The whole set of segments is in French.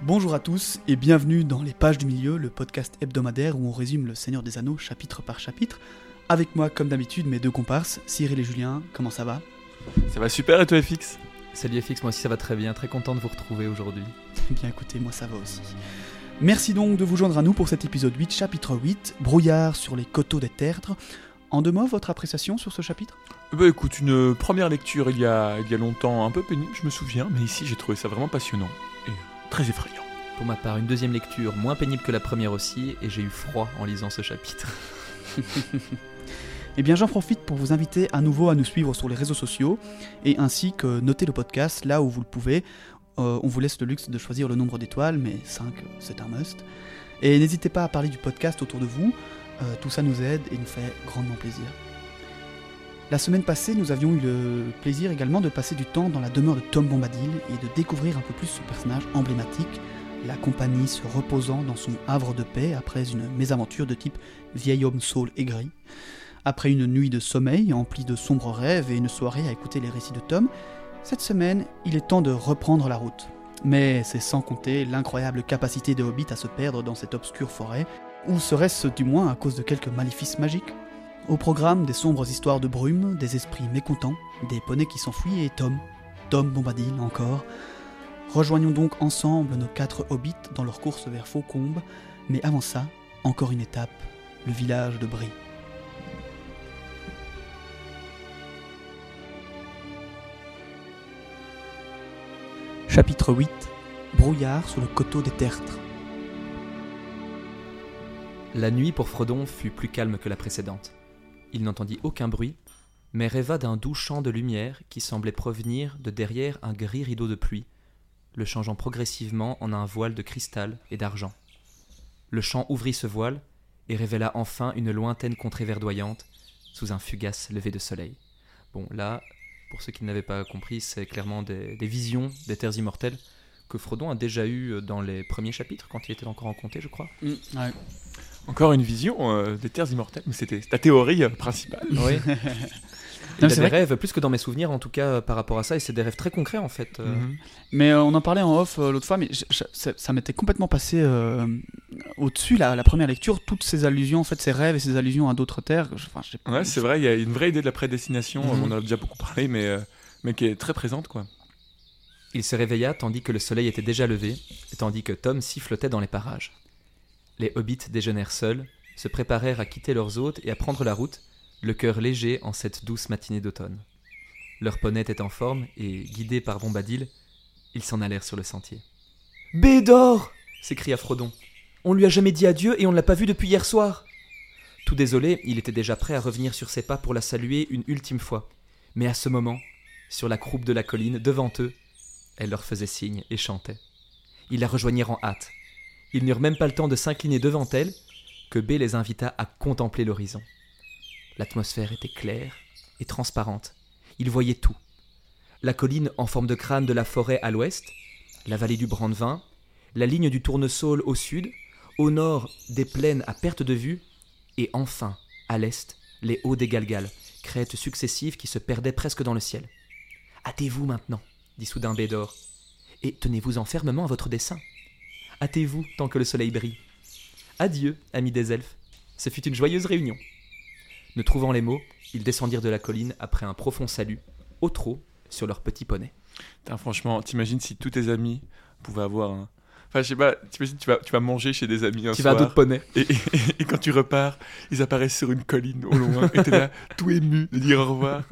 Bonjour à tous et bienvenue dans Les Pages du Milieu, le podcast hebdomadaire où on résume le Seigneur des Anneaux chapitre par chapitre. Avec moi, comme d'habitude, mes deux comparses, Cyril et Julien. Comment ça va ? Ça va super, et toi FX ? Salut FX, moi aussi ça va très bien, très content de vous retrouver aujourd'hui. Bien écoutez, moi ça va aussi. Merci donc de vous joindre à nous pour cet épisode 8, chapitre 8, Brouillard sur les coteaux des tertres. En deux mots, votre appréciation sur ce chapitre ? Bah écoute, une première lecture il y a longtemps, un peu pénible, je me souviens, mais ici j'ai trouvé ça vraiment passionnant et très effrayant. Pour ma part, une deuxième lecture moins pénible que la première aussi, et j'ai eu froid en lisant ce chapitre. Eh bien j'en profite pour vous inviter à nouveau à nous suivre sur les réseaux sociaux, et ainsi que noter le podcast là où vous le pouvez. On vous laisse le luxe de choisir le nombre d'étoiles, mais 5 c'est un must. Et n'hésitez pas à parler du podcast autour de vous, tout ça nous aide et nous fait grandement plaisir. La semaine passée, nous avions eu le plaisir également de passer du temps dans la demeure de Tom Bombadil et de découvrir un peu plus son personnage emblématique, la compagnie se reposant dans son havre de paix après une mésaventure de type vieil homme saule aigri. Après une nuit de sommeil emplie de sombres rêves et une soirée à écouter les récits de Tom, cette semaine, il est temps de reprendre la route. Mais c'est sans compter l'incroyable capacité de Hobbit à se perdre dans cette obscure forêt, ou serait-ce du moins à cause de quelques maléfices magiques ? Au programme, des sombres histoires de brume, des esprits mécontents, des poneys qui s'enfuient et Tom Bombadil encore. Rejoignons donc ensemble nos 4 hobbits dans leur course vers Faucombe, mais avant ça, encore une étape, le village de Bree. Chapitre 8, Brouillard sur le coteau des tertres. La nuit pour Frodon fut plus calme que la précédente. Il n'entendit aucun bruit, mais rêva d'un doux champ de lumière qui semblait provenir de derrière un gris rideau de pluie, le changeant progressivement en un voile de cristal et d'argent. Le champ ouvrit ce voile et révéla enfin une lointaine contrée verdoyante sous un fugace lever de soleil. Bon, là, pour ceux qui n'avaient pas compris, c'est clairement des visions des terres immortelles que Frodon a déjà eues dans les premiers chapitres, quand il était encore en comté, je crois. Ouais. Encore une vision des terres immortelles, mais c'était ta théorie principale. Oui. Il a des rêves, plus que dans mes souvenirs en tout cas par rapport à ça, et c'est des rêves très concrets en fait. Mais on en parlait en off l'autre fois, mais ça m'était complètement passé au-dessus la première lecture, toutes ces allusions, en fait, ces rêves et ces allusions à d'autres terres. Ouais, c'est vrai, il y a une vraie idée de la prédestination, on en a déjà beaucoup parlé, mais qui est très présente, quoi. Il se réveilla tandis que le soleil était déjà levé, et tandis que Tom sifflotait dans les parages. Les hobbits déjeunèrent seuls, se préparèrent à quitter leurs hôtes et à prendre la route, le cœur léger en cette douce matinée d'automne. Leur poney était en forme et, guidés par Bombadil, ils s'en allèrent sur le sentier. « Bédor !» s'écria Frodon. « On lui a jamais dit adieu et on ne l'a pas vu depuis hier soir !» Tout désolé, il était déjà prêt à revenir sur ses pas pour la saluer une ultime fois. Mais à ce moment, sur la croupe de la colline, devant eux, elle leur faisait signe et chantait. Ils la rejoignirent en hâte. Ils n'eurent même pas le temps de s'incliner devant elle que B les invita à contempler l'horizon. L'atmosphère était claire et transparente. Ils voyaient tout. La colline en forme de crâne de la forêt à l'ouest, la vallée du Brandevin, la ligne du tournesol au sud, au nord des plaines à perte de vue, et enfin, à l'est, les hauts des Galgal, crêtes successives qui se perdaient presque dans le ciel. « Hâtez-vous maintenant, dit soudain Bédor, et tenez-vous-en fermement à votre dessein. Hâtez-vous tant que le soleil brille. Adieu, amis des elfes, ce fut une joyeuse réunion. » Ne trouvant les mots, ils descendirent de la colline après un profond salut, au trot, sur leur petit poney. Franchement, t'imagines si tous tes amis pouvaient avoir un... Enfin, je sais pas, t'imagines tu vas manger chez des amis un soir. Tu vas à d'autres poneys. Et quand tu repars, ils apparaissent sur une colline au loin, et t'es là, tout ému de dire au revoir.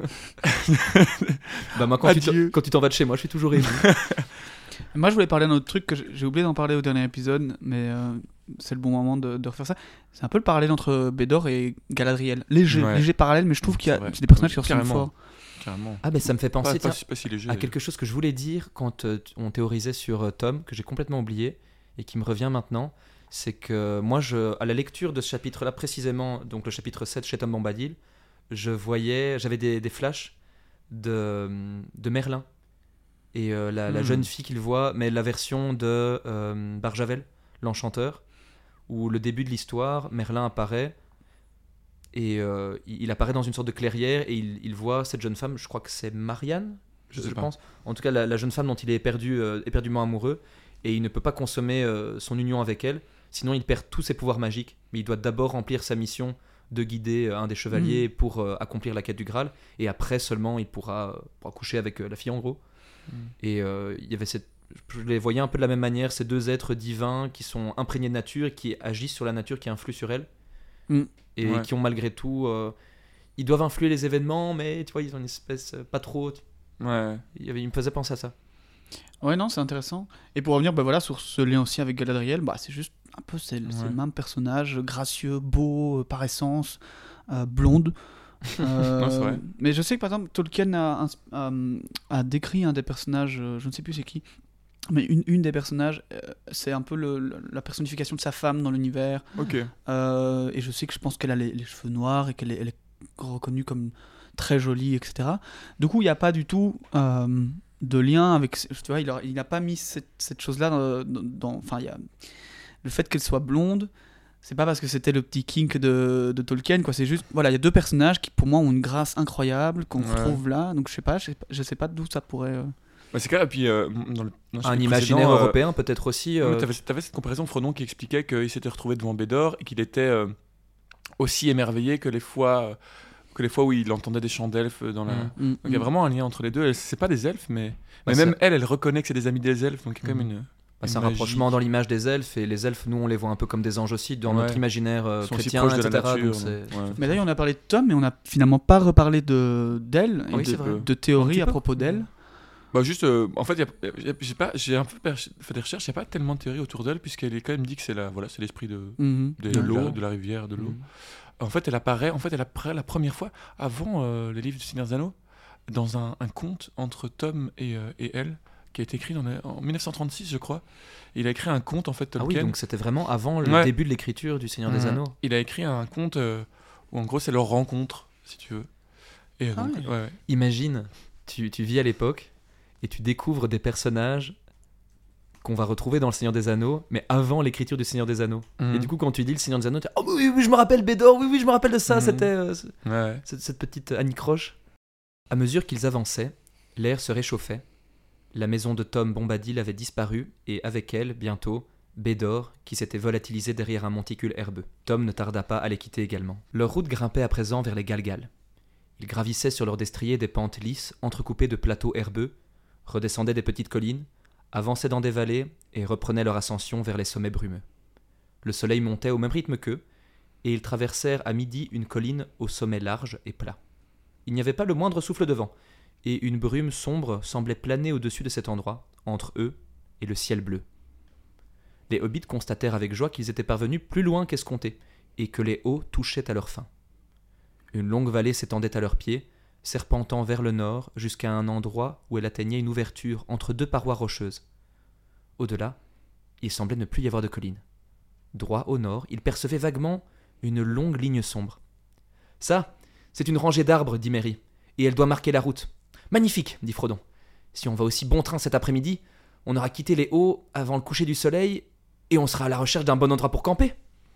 Bah moi, quand tu t'en vas de chez moi, je suis toujours ému. Moi, je voulais parler d'un autre truc que j'ai oublié d'en parler au dernier épisode, mais c'est le bon moment de refaire ça. C'est un peu le parallèle entre Bédor et Galadriel. Léger parallèle, mais je trouve qu'il y a des personnages qui ressemblent fort. Carrément. Ah ben ça me fait penser pas si léger, à quelque chose que je voulais dire quand on théorisait sur Tom, que j'ai complètement oublié et qui me revient maintenant. C'est que moi, à la lecture de ce chapitre-là précisément, donc le chapitre 7 chez Tom Bombadil, j'avais des flashs de Merlin. Et la jeune fille qu'il voit, mais la version de Barjavel, l'enchanteur, où le début de l'histoire, Merlin apparaît et il apparaît dans une sorte de clairière et il voit cette jeune femme, je crois que c'est Marianne, je pense. En tout cas, la jeune femme dont il est éperdument amoureux, et il ne peut pas consommer son union avec elle, sinon il perd tous ses pouvoirs magiques. Mais il doit d'abord remplir sa mission de guider un des chevaliers pour accomplir la quête du Graal, et après seulement il pourra coucher avec la fille en gros. Et il y avait je les voyais un peu de la même manière, ces deux êtres divins qui sont imprégnés de nature et qui agissent sur la nature, qui influent sur elle, et qui ont malgré tout... ils doivent influer les événements, mais tu vois, ils ont une espèce... pas trop... Il me faisait penser à ça. Ouais, non, c'est intéressant. Et pour revenir voilà, sur ce lien aussi avec Galadriel, c'est juste un peu c'est le même personnage, gracieux, beau, par essence, blonde. Non, c'est vrai. Mais je sais que par exemple Tolkien a décrit un des personnages, je ne sais plus c'est qui, mais une des personnages, c'est un peu la personnification de sa femme dans l'univers. Ok. Et je sais que je pense qu'elle a les cheveux noirs et qu'elle est reconnue comme très jolie, etc. Du coup, il n'y a pas du tout de lien avec... Tu vois, il n'a pas mis cette chose-là dans... Enfin, il y a le fait qu'elle soit blonde. C'est pas parce que c'était le petit kink de Tolkien, quoi. C'est juste, voilà, il y a deux personnages qui, pour moi, ont une grâce incroyable, qu'on retrouve là. Donc, je sais pas d'où ça pourrait... C'est clair, et puis un imaginaire européen, peut-être aussi. T'avais cette comparaison, Frodon, qui expliquait qu'il s'était retrouvé devant Bédor et qu'il était aussi émerveillé que les fois où il entendait des chants d'elfes dans la... Donc, il y a vraiment un lien entre les deux. C'est pas des elfes, mais même elle reconnaît que c'est des amis des elfes, donc il y a quand même une... C'est un rapprochement dans l'image des elfes, et les elfes, nous, on les voit un peu comme des anges aussi, dans notre imaginaire chrétien, etc. De la nature, Mais d'ailleurs, on a parlé de Tom, mais on n'a finalement pas reparlé d'elle, de théories à propos d'elle. Juste, en fait, j'ai un peu fait des recherches, il n'y a pas tellement de théories autour d'elle, puisqu'elle est quand même dit que c'est l'esprit de l'eau, de la rivière, de l'eau. En fait, elle apparaît la première fois, avant les livres du Seigneur des Anneaux, dans un conte entre Tom et elle, qui a été écrit en 1936, je crois. Il a écrit un conte, en fait, Tolkien. Ah oui, donc c'était vraiment avant le début de l'écriture du Seigneur des Anneaux. Il a écrit un conte où, en gros, c'est leur rencontre, si tu veux. Et donc, Imagine, tu vis à l'époque, et tu découvres des personnages qu'on va retrouver dans le Seigneur des Anneaux, mais avant l'écriture du Seigneur des Anneaux. Et du coup, quand tu dis le Seigneur des Anneaux, tu dis « Oh oui, je me rappelle Bédor, oui, je me rappelle de ça, c'était cette petite anicroche. » À mesure qu'ils avançaient, l'air se réchauffait. La maison de Tom Bombadil avait disparu, et avec elle, bientôt, Bédor, qui s'était volatilisé derrière un monticule herbeux. Tom ne tarda pas à les quitter également. Leur route grimpait à présent vers les Galgal. Ils gravissaient sur leur destrier des pentes lisses, entrecoupées de plateaux herbeux, redescendaient des petites collines, avançaient dans des vallées et reprenaient leur ascension vers les sommets brumeux. Le soleil montait au même rythme qu'eux, et ils traversèrent à midi une colline au sommet large et plat. Il n'y avait pas le moindre souffle de vent, et une brume sombre semblait planer au-dessus de cet endroit, entre eux et le ciel bleu. Les hobbits constatèrent avec joie qu'ils étaient parvenus plus loin qu'escompté, et que les hauts touchaient à leur fin. Une longue vallée s'étendait à leurs pieds, serpentant vers le nord jusqu'à un endroit où elle atteignait une ouverture entre deux parois rocheuses. Au-delà, il semblait ne plus y avoir de collines. Droit au nord, ils percevaient vaguement une longue ligne sombre. « Ça, c'est une rangée d'arbres, dit Merry, et elle doit marquer la route. »« Magnifique, dit Frodon. Si on va aussi bon train cet après-midi, on aura quitté les hauts avant le coucher du soleil, et on sera à la recherche d'un bon endroit pour camper. »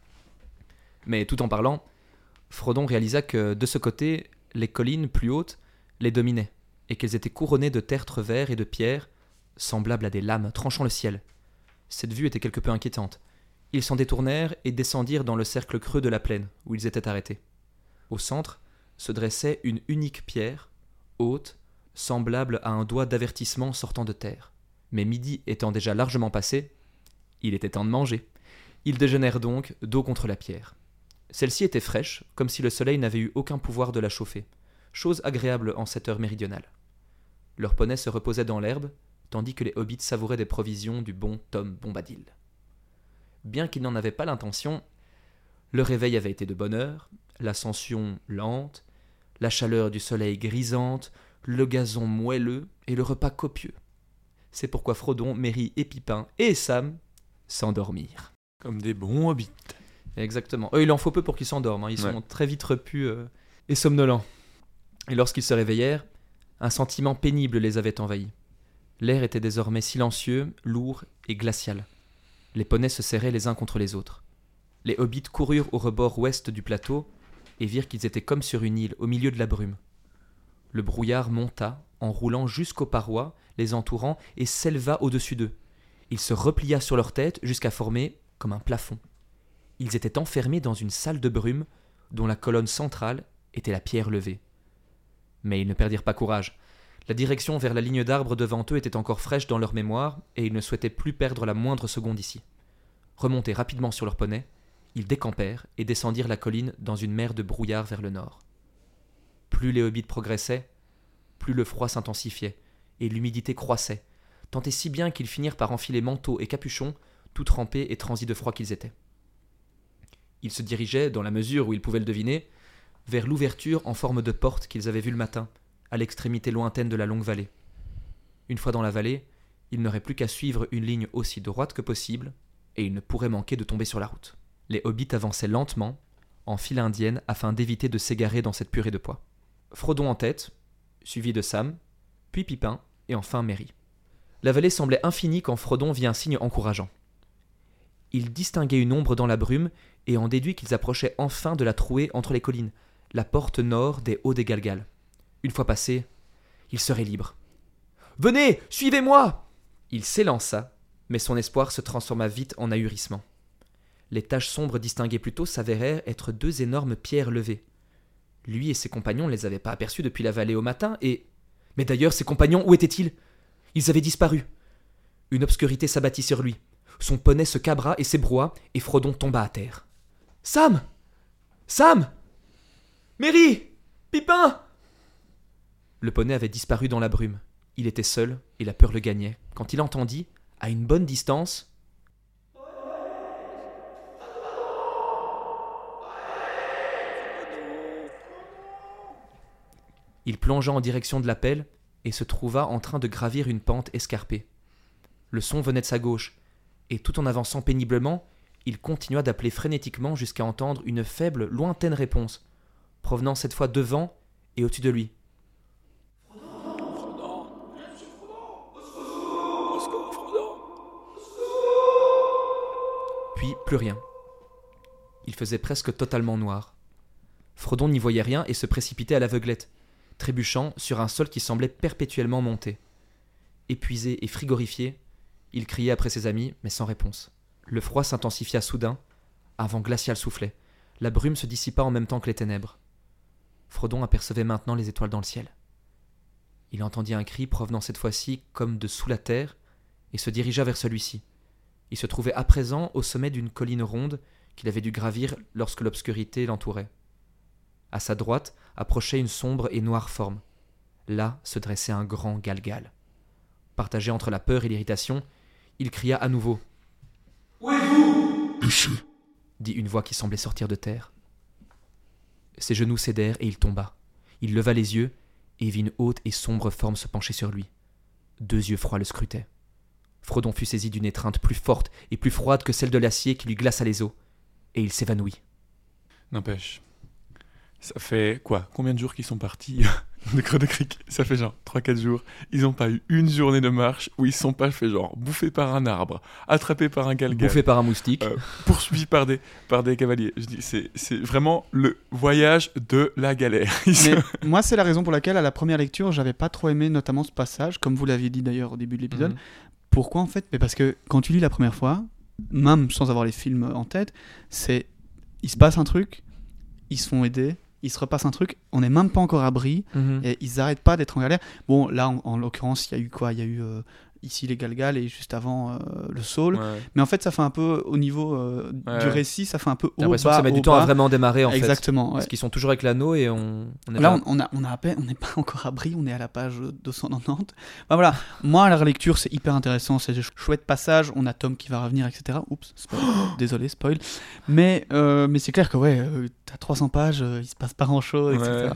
Mais tout en parlant, Frodon réalisa que, de ce côté, les collines plus hautes les dominaient, et qu'elles étaient couronnées de tertres verts et de pierres, semblables à des lames tranchant le ciel. Cette vue était quelque peu inquiétante. Ils s'en détournèrent et descendirent dans le cercle creux de la plaine, où ils étaient arrêtés. Au centre se dressait une unique pierre, haute, semblable à un doigt d'avertissement sortant de terre. Mais midi étant déjà largement passé, il était temps de manger. Ils déjeunèrent donc dos contre la pierre. Celle-ci était fraîche, comme si le soleil n'avait eu aucun pouvoir de la chauffer, chose agréable en cette heure méridionale. Leurs poneys se reposaient dans l'herbe, tandis que les hobbits savouraient des provisions du bon Tom Bombadil. Bien qu'ils n'en avaient pas l'intention, le réveil avait été de bonne heure, l'ascension lente, la chaleur du soleil grisante, le gazon moelleux et le repas copieux. C'est pourquoi Frodon, Merry et Pipin et Sam s'endormirent. Comme des bons hobbits. Exactement. Il en faut peu pour qu'ils s'endorment. Ils sont très vite repus et somnolents. Et lorsqu'ils se réveillèrent, un sentiment pénible les avait envahis. L'air était désormais silencieux, lourd et glacial. Les poneys se serraient les uns contre les autres. Les hobbits coururent au rebord ouest du plateau et virent qu'ils étaient comme sur une île au milieu de la brume. Le brouillard monta, en roulant jusqu'aux parois, les entourant, et s'éleva au-dessus d'eux. Il se replia sur leur tête jusqu'à former comme un plafond. Ils étaient enfermés dans une salle de brume dont la colonne centrale était la pierre levée. Mais ils ne perdirent pas courage. La direction vers la ligne d'arbres devant eux était encore fraîche dans leur mémoire et ils ne souhaitaient plus perdre la moindre seconde ici. Remontés rapidement sur leur poney, ils décampèrent et descendirent la colline dans une mer de brouillard vers le nord. Plus les hobbits progressaient, plus le froid s'intensifiait et l'humidité croissait, tant et si bien qu'ils finirent par enfiler manteaux et capuchons, tout trempés et transis de froid qu'ils étaient. Ils se dirigeaient, dans la mesure où ils pouvaient le deviner, vers l'ouverture en forme de porte qu'ils avaient vue le matin, à l'extrémité lointaine de la longue vallée. Une fois dans la vallée, ils n'auraient plus qu'à suivre une ligne aussi droite que possible, et ils ne pourraient manquer de tomber sur la route. Les hobbits avançaient lentement, en file indienne, afin d'éviter de s'égarer dans cette purée de pois. Frodon en tête, suivi de Sam, puis Pipin, et enfin Merry. La vallée semblait infinie quand Frodon vit un signe encourageant. Il distinguait une ombre dans la brume et en déduit qu'ils approchaient enfin de la trouée entre les collines, la porte nord des Hauts des Galgal. Une fois passé, il serait libre. « Venez, suivez-moi » Il s'élança, mais son espoir se transforma vite en ahurissement. Les taches sombres distinguées plus tôt s'avérèrent être 2 énormes pierres levées. Lui et ses compagnons ne les avaient pas aperçues depuis la vallée au matin et... Mais d'ailleurs, ses compagnons, où étaient-ils ? Ils avaient disparu. Une obscurité s'abattit sur lui. Son poney se cabra et s'ébroua, et Frodon tomba à terre. « Sam ! Sam ! Merry ! Pipin !» Le poney avait disparu dans la brume. Il était seul, et la peur le gagnait, quand il entendit, à une bonne distance, il plongea en direction de l'appel et se trouva en train de gravir une pente escarpée. Le son venait de sa gauche, et tout en avançant péniblement, il continua d'appeler frénétiquement jusqu'à entendre une faible, lointaine réponse, provenant cette fois devant et au-dessus de lui. Puis plus rien. Il faisait presque totalement noir. Frodon n'y voyait rien et se précipitait à l'aveuglette, trébuchant sur un sol qui semblait perpétuellement monter. Épuisé et frigorifié, il criait après ses amis, mais sans réponse. Le froid s'intensifia soudain, un vent glacial soufflait. La brume se dissipa en même temps que les ténèbres. Frodon apercevait maintenant les étoiles dans le ciel. Il entendit un cri provenant cette fois-ci comme de sous la terre et se dirigea vers celui-ci. Il se trouvait à présent au sommet d'une colline ronde qu'il avait dû gravir lorsque l'obscurité l'entourait. À sa droite approchait une sombre et noire forme. Là se dressait un grand Galgal. Partagé entre la peur et l'irritation, il cria à nouveau. « Où êtes-vous » dit une voix qui semblait sortir de terre. Ses genoux cédèrent et il tomba. Il leva les yeux et vit une haute et sombre forme se pencher sur lui. 2 yeux froids le scrutaient. Frodon fut saisi d'une étreinte plus forte et plus froide que celle de l'acier qui lui glaça les os, et il s'évanouit. N'empêche, ça fait quoi ? Combien de jours qu'ils sont partis de Creux de Crique ? Ça fait genre 3-4 jours. Ils n'ont pas eu une journée de marche où ils ne sont pas fait genre bouffés par un arbre, attrapés par un galgal, bouffés par un moustique, poursuivis par des cavaliers. Je dis, c'est vraiment le voyage de la galère. Mais moi, c'est la raison pour laquelle, à la première lecture, j'avais pas trop aimé notamment ce passage, comme vous l'aviez dit d'ailleurs au début de l'épisode. Pourquoi en fait ? Mais parce que quand tu lis la première fois, même sans avoir les films en tête, il se passe un truc, ils se font aider, il se repasse un truc, on n'est même pas encore abri, et ils n'arrêtent pas d'être en galère. Bon, là, en l'occurrence, il y a eu quoi ? Il y a eu ici les Galgal et juste avant le Saul. Ouais. Mais en fait, ça fait un peu, au niveau du récit, ça fait un peu haut, bas, l'impression que ça met du temps à vraiment démarrer, en fait. Exactement. Parce qu'ils sont toujours avec l'anneau et on est là, on n'est pas encore abri, on est à la page 290. Bah, voilà, moi, à la relecture, c'est hyper intéressant, c'est un chouette passage, on a Tom qui va revenir, etc. Oups, spoil. Désolé, spoil. Mais c'est clair que, ouais, t'as 300 pages, il se passe pas grand-chose, etc.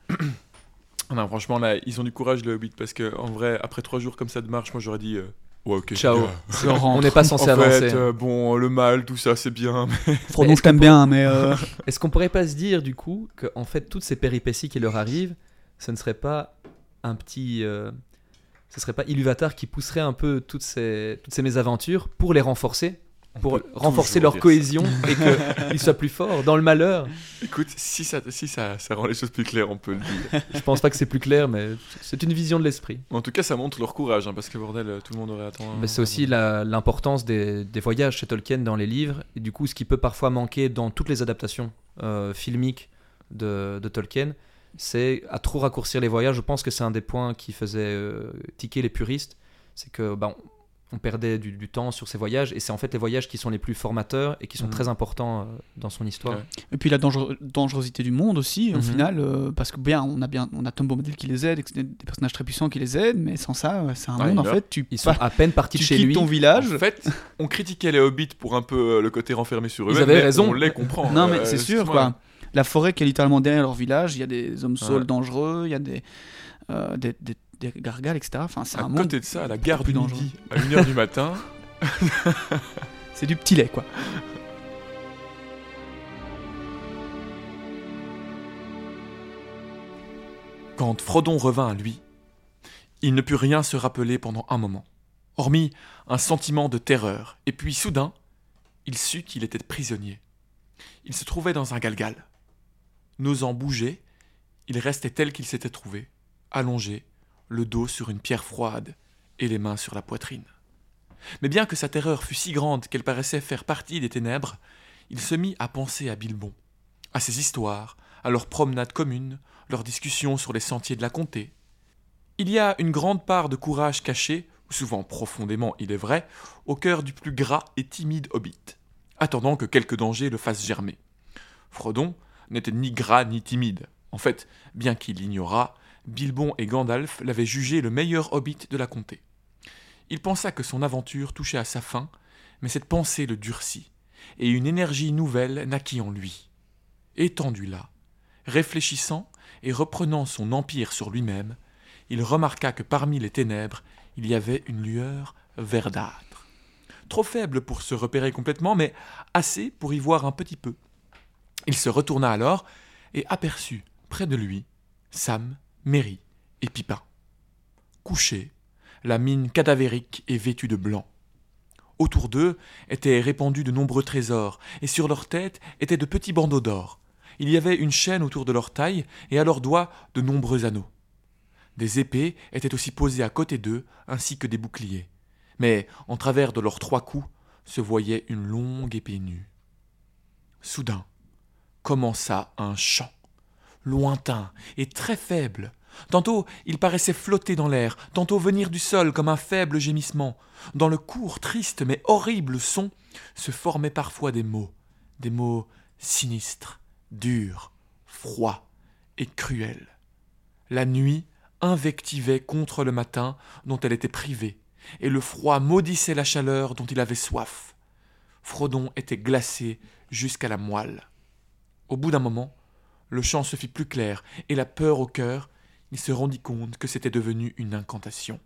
Non, franchement, là, ils ont du courage, le Hobbit, parce que en vrai, après 3 jours comme ça de marche, moi j'aurais dit ouais, ok. Ciao. On n'est pas censé avancer. Bon, le mal, tout ça, c'est bien. Mais... Frodon, je t'aime bien, mais. Est-ce qu'on pourrait pas se dire, du coup, que en fait, toutes ces péripéties qui leur arrivent, ce ne serait pas un petit. Ce serait pas Ilúvatar qui pousserait un peu toutes ces mésaventures pour les renforcer pour renforcer leur cohésion et qu'ils soient plus forts dans le malheur. Écoute, si ça rend les choses plus claires, on peut le dire. Je pense pas que c'est plus clair, mais c'est une vision de l'esprit. En tout cas, ça montre leur courage, hein, parce que bordel, tout le monde aurait attendu. Mais c'est aussi l'importance des voyages chez Tolkien dans les livres, et du coup, ce qui peut parfois manquer dans toutes les adaptations filmiques de Tolkien, c'est à trop raccourcir les voyages. Je pense que c'est un des points qui faisait tiquer les puristes, c'est que on perdait du temps sur ces voyages, et c'est en fait les voyages qui sont les plus formateurs et qui sont très importants dans son histoire. Ouais. Et puis la dangerosité du monde aussi, au final, parce que on a Tom Bombadil qui les aide, des personnages très puissants qui les aident, mais sans ça, c'est un monde, en fait, ils sont à peine partis de chez lui. Tu quittes ton village. En fait, on critiquait les hobbits pour un peu le côté renfermé sur eux. Ils avaient raison. On les comprend. Non, mais c'est sûr, quoi. La forêt qui est littéralement derrière leur village, il y a des hommes saules dangereux, il y a des gargales, etc. Enfin, c'est un monde. À côté de ça, à la gare du Midi, à 1h du matin. C'est du petit lait, quoi. Quand Frodon revint à lui, il ne put rien se rappeler pendant un moment, hormis un sentiment de terreur, et puis soudain, il sut qu'il était prisonnier. Il se trouvait dans un galgal. N'osant bouger, il restait tel qu'il s'était trouvé, allongé, le dos sur une pierre froide et les mains sur la poitrine. Mais bien que sa terreur fût si grande qu'elle paraissait faire partie des ténèbres, il se mit à penser à Bilbon, à ses histoires, à leurs promenades communes, leurs discussions sur les sentiers de la comté. Il y a une grande part de courage caché, souvent profondément il est vrai, au cœur du plus gras et timide hobbit, attendant que quelque danger le fasse germer. Frodon n'était ni gras ni timide. En fait, bien qu'il l'ignorât, Bilbon et Gandalf l'avaient jugé le meilleur hobbit de la comté. Il pensa que son aventure touchait à sa fin, mais cette pensée le durcit, et une énergie nouvelle naquit en lui. Étendu là, réfléchissant et reprenant son empire sur lui-même, il remarqua que parmi les ténèbres, il y avait une lueur verdâtre. Trop faible pour se repérer complètement, mais assez pour y voir un petit peu. Il se retourna alors et aperçut, près de lui, Sam, Merry et Pipin. Couchés, la mine cadavérique et vêtue de blanc. Autour d'eux étaient répandus de nombreux trésors, et sur leurs têtes étaient de petits bandeaux d'or. Il y avait une chaîne autour de leur taille, et à leurs doigts de nombreux anneaux. Des épées étaient aussi posées à côté d'eux, ainsi que des boucliers. Mais, en travers de leurs 3 coups, se voyait une longue épée nue. Soudain, commença un chant, lointain et très faible. Tantôt, il paraissait flotter dans l'air, tantôt venir du sol comme un faible gémissement. Dans le court, triste mais horrible son, se formaient parfois des mots sinistres, durs, froids et cruels. La nuit invectivait contre le matin dont elle était privée, et le froid maudissait la chaleur dont il avait soif. Frodon était glacé jusqu'à la moelle. Au bout d'un moment, le chant se fit plus clair, et la peur au cœur, il se rendit compte que c'était devenu une incantation.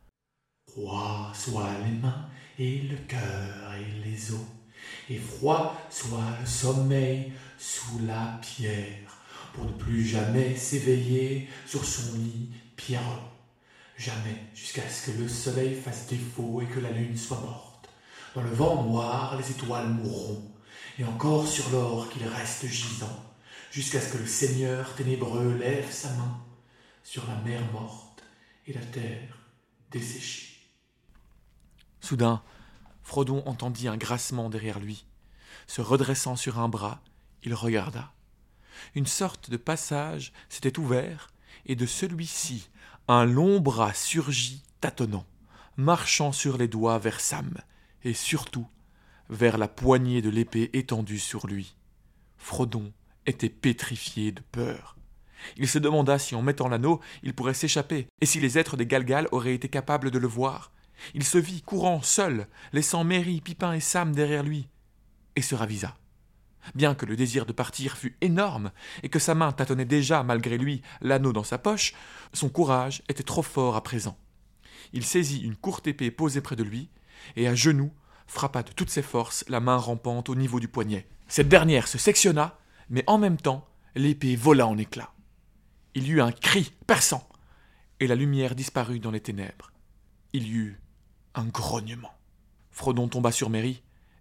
Froid soient les mains et le cœur et les os, et froid soit le sommeil sous la pierre, pour ne plus jamais s'éveiller sur son lit pierreux. Jamais jusqu'à ce que le soleil fasse défaut et que la lune soit morte. Dans le vent noir, les étoiles mourront, et encore sur l'or qu'il reste gisant, jusqu'à ce que le Seigneur ténébreux lève sa main sur la mer morte et la terre desséchée. Soudain, Frodon entendit un grincement derrière lui. Se redressant sur un bras, il regarda. Une sorte de passage s'était ouvert, et de celui-ci, un long bras surgit tâtonnant, marchant sur les doigts vers Sam, et surtout vers la poignée de l'épée étendue sur lui. Frodon était pétrifié de peur. Il se demanda si en mettant l'anneau, il pourrait s'échapper, et si les êtres des Galgal auraient été capables de le voir. Il se vit courant seul, laissant Merry, Pipin et Sam derrière lui, et se ravisa. Bien que le désir de partir fût énorme, et que sa main tâtonnait déjà, malgré lui, l'anneau dans sa poche, son courage était trop fort à présent. Il saisit une courte épée posée près de lui, et à genoux, frappa de toutes ses forces la main rampante au niveau du poignet. Cette dernière se sectionna, mais en même temps, l'épée vola en éclats. Il y eut un cri perçant, et la lumière disparut dans les ténèbres. Il y eut un grognement. Frodon tomba sur Merry,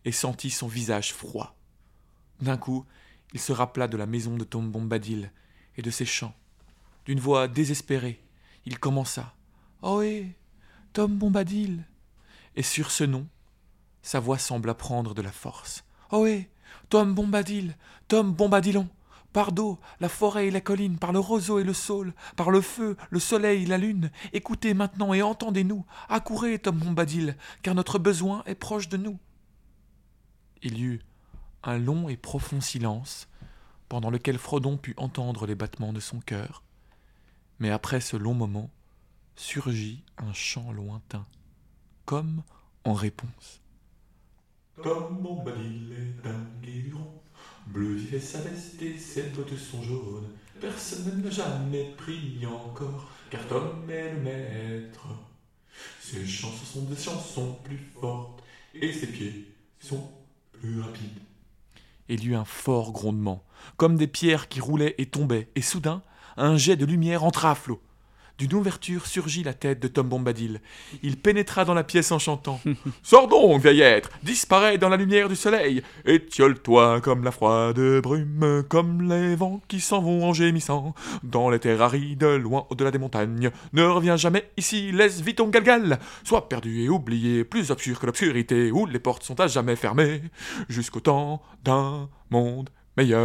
et sentit son visage froid. D'un coup, il se rappela de la maison de Tom Bombadil et de ses chants. D'une voix désespérée, il commença « Ohé, Tom Bombadil !» Et sur ce nom, sa voix sembla prendre de la force. « Ohé, Tom Bombadil, Tom Bombadilon ! Par d'eau, la forêt et la colline, par le roseau et le saule, par le feu, le soleil, la lune, écoutez maintenant et entendez-nous, accourez, Tom Bombadil, car notre besoin est proche de nous. » Il y eut un long et profond silence, pendant lequel Frodon put entendre les battements de son cœur. Mais après ce long moment, surgit un chant lointain, comme en réponse. Tom Bombadil est un guéluron, bleu il est sa veste et ses bottes sont jaunes. Personne ne l'a jamais pris encore, car Tom est le maître. Ses chansons sont des chansons plus fortes, et ses pieds sont plus rapides. Il y eut un fort grondement, comme des pierres qui roulaient et tombaient, et soudain, un jet de lumière entra à flot. D'une ouverture surgit la tête de Tom Bombadil. Il pénétra dans la pièce en chantant. « Sors donc, vieil être, disparais dans la lumière du soleil, étiole-toi comme la froide brume, comme les vents qui s'en vont en gémissant, dans les terres arides, loin au-delà des montagnes. Ne reviens jamais ici, laisse vite ton galgal, sois perdu et oublié, plus obscur que l'obscurité, où les portes sont à jamais fermées, jusqu'au temps d'un monde meilleur. »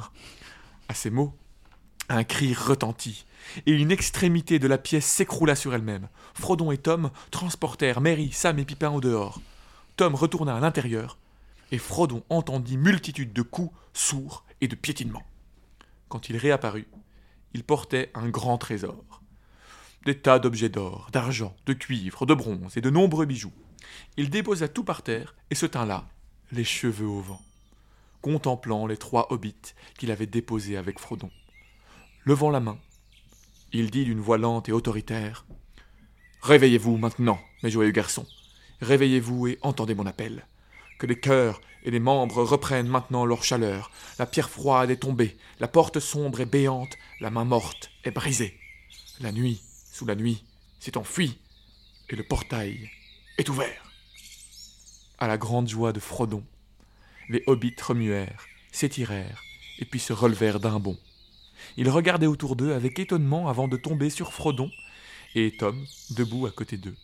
À ces mots, un cri retentit, et une extrémité de la pièce s'écroula sur elle-même. Frodon et Tom transportèrent Merry, Sam et Pipin au dehors. Tom retourna à l'intérieur, et Frodon entendit multitude de coups sourds et de piétinements. Quand il réapparut, il portait un grand trésor. Des tas d'objets d'or, d'argent, de cuivre, de bronze et de nombreux bijoux. Il déposa tout par terre et se tint là, les cheveux au vent, contemplant les 3 hobbits qu'il avait déposés avec Frodon. Levant la main, il dit d'une voix lente et autoritaire « Réveillez-vous maintenant, mes joyeux garçons. Réveillez-vous et entendez mon appel. Que les cœurs et les membres reprennent maintenant leur chaleur. La pierre froide est tombée, la porte sombre est béante, la main morte est brisée. La nuit, sous la nuit, s'est enfuie, et le portail est ouvert. » À la grande joie de Frodon, les hobbits remuèrent, s'étirèrent, et puis se relevèrent d'un bond. Ils regardaient autour d'eux avec étonnement avant de tomber sur Frodon et Tom, debout à côté d'eux.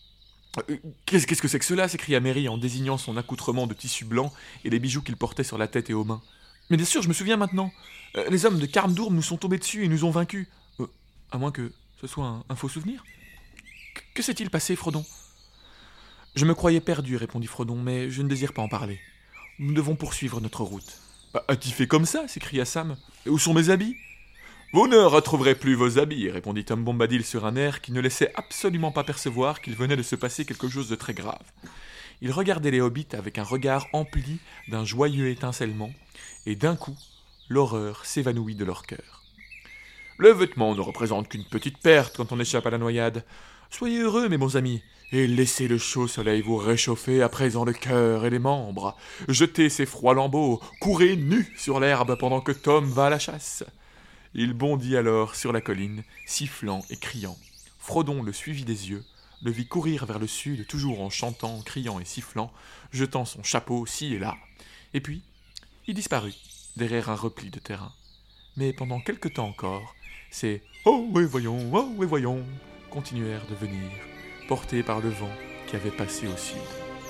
« Qu'est-ce que c'est que cela ?» s'écria Merry en désignant son accoutrement de tissu blanc et les bijoux qu'il portait sur la tête et aux mains. « Mais bien sûr, je me souviens maintenant. Les hommes de Carndurm nous sont tombés dessus et nous ont vaincus. À moins que ce soit un faux souvenir. Que s'est-il passé, Frodon ?»« Je me croyais perdu, répondit Frodon, mais je ne désire pas en parler. Nous devons poursuivre notre route. »« As-tu fait comme ça ?» s'écria Sam. « Où sont mes habits ?»« Vous ne retrouverez plus vos habits, » répondit Tom Bombadil sur un air qui ne laissait absolument pas percevoir qu'il venait de se passer quelque chose de très grave. Il regardait les hobbits avec un regard empli d'un joyeux étincellement, et d'un coup, l'horreur s'évanouit de leur cœur. « Le vêtement ne représente qu'une petite perte quand on échappe à la noyade. Soyez heureux, mes bons amis, et laissez le chaud soleil vous réchauffer à présent le cœur et les membres. Jetez ces froids lambeaux, courez nus sur l'herbe pendant que Tom va à la chasse. » Il bondit alors sur la colline, sifflant et criant. Frodon le suivit des yeux, le vit courir vers le sud, toujours en chantant, criant et sifflant, jetant son chapeau ci et là. Et puis, il disparut, derrière un repli de terrain. Mais pendant quelque temps encore, ces « Oh, et voyons » continuèrent de venir, portés par le vent qui avait passé au sud.